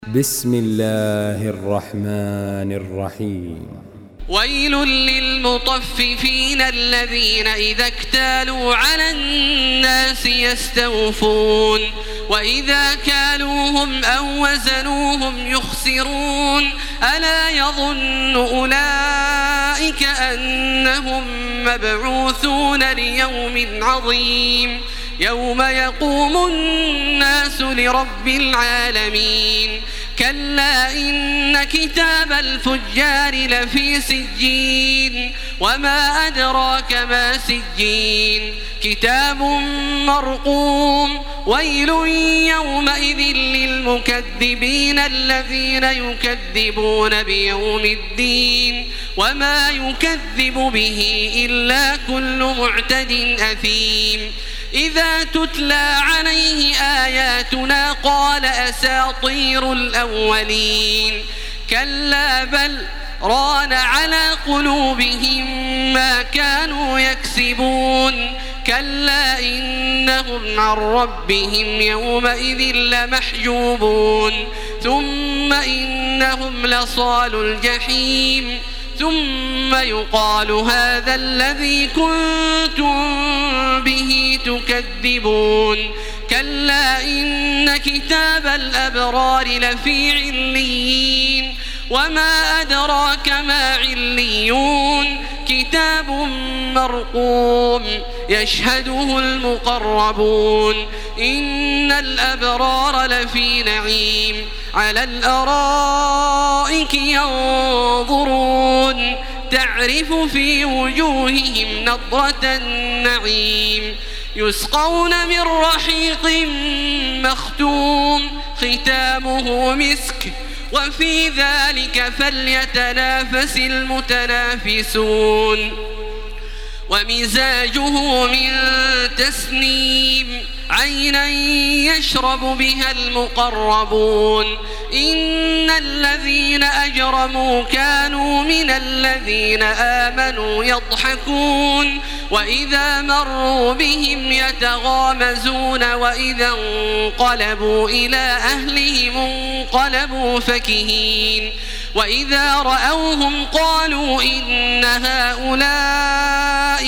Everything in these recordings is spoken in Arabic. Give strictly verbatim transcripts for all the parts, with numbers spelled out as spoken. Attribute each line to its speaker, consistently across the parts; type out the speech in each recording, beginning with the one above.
Speaker 1: بسم الله الرحمن الرحيم.
Speaker 2: ويل للمطففين الذين إذا اكتالوا على الناس يستوفون وإذا كالوهم أو وزنوهم يخسرون ألا يظن أولئك أنهم مبعوثون ليوم عظيم يوم يقوم الناس لرب العالمين كلا إن كتاب الفجار لفي سجين وما أدراك ما سجين كتاب مرقوم ويل يومئذ للمكذبين الذين يكذبون بيوم الدين وما يكذب به إلا كل معتد أثيم إذا تتلى عليه آياتنا قال أساطير الأولين كلا بل ران على قلوبهم ما كانوا يكسبون كلا إنهم عن ربهم يومئذ لمحجوبون ثم إنهم لصالو الجحيم ثم يقال هذا الذي كنتم به تكذبون كلا إن كتاب الأبرار لفي عليين وما أدراك ما عليون كتاب مرقوم يشهده المقربون إن الأبرار لفي نعيم على الأرائك ينظرون تعرف في وجوههم نضرة النعيم يسقون من رحيق مختوم ختامه مسك وفي ذلك فليتنافس المتنافسون ومزاجه من تسنيم عينا يشرب بها المقربون إن الذين أجرموا كانوا من الذين آمنوا يضحكون وإذا مروا بهم يتغامزون وإذا انقلبوا إلى أهلهم انقلبوا فكهين وإذا رأوهم قالوا إن هؤلاء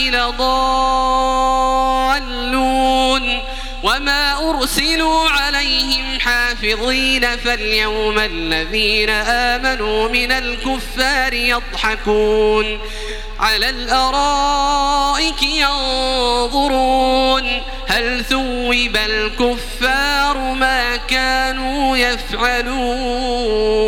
Speaker 2: لضالون وما أرسلوا عليهم حافظين فاليوم الذين آمنوا من الكفار يضحكون على الأرائك ينظرون هل ثوب الكفار ما كانوا يفعلون.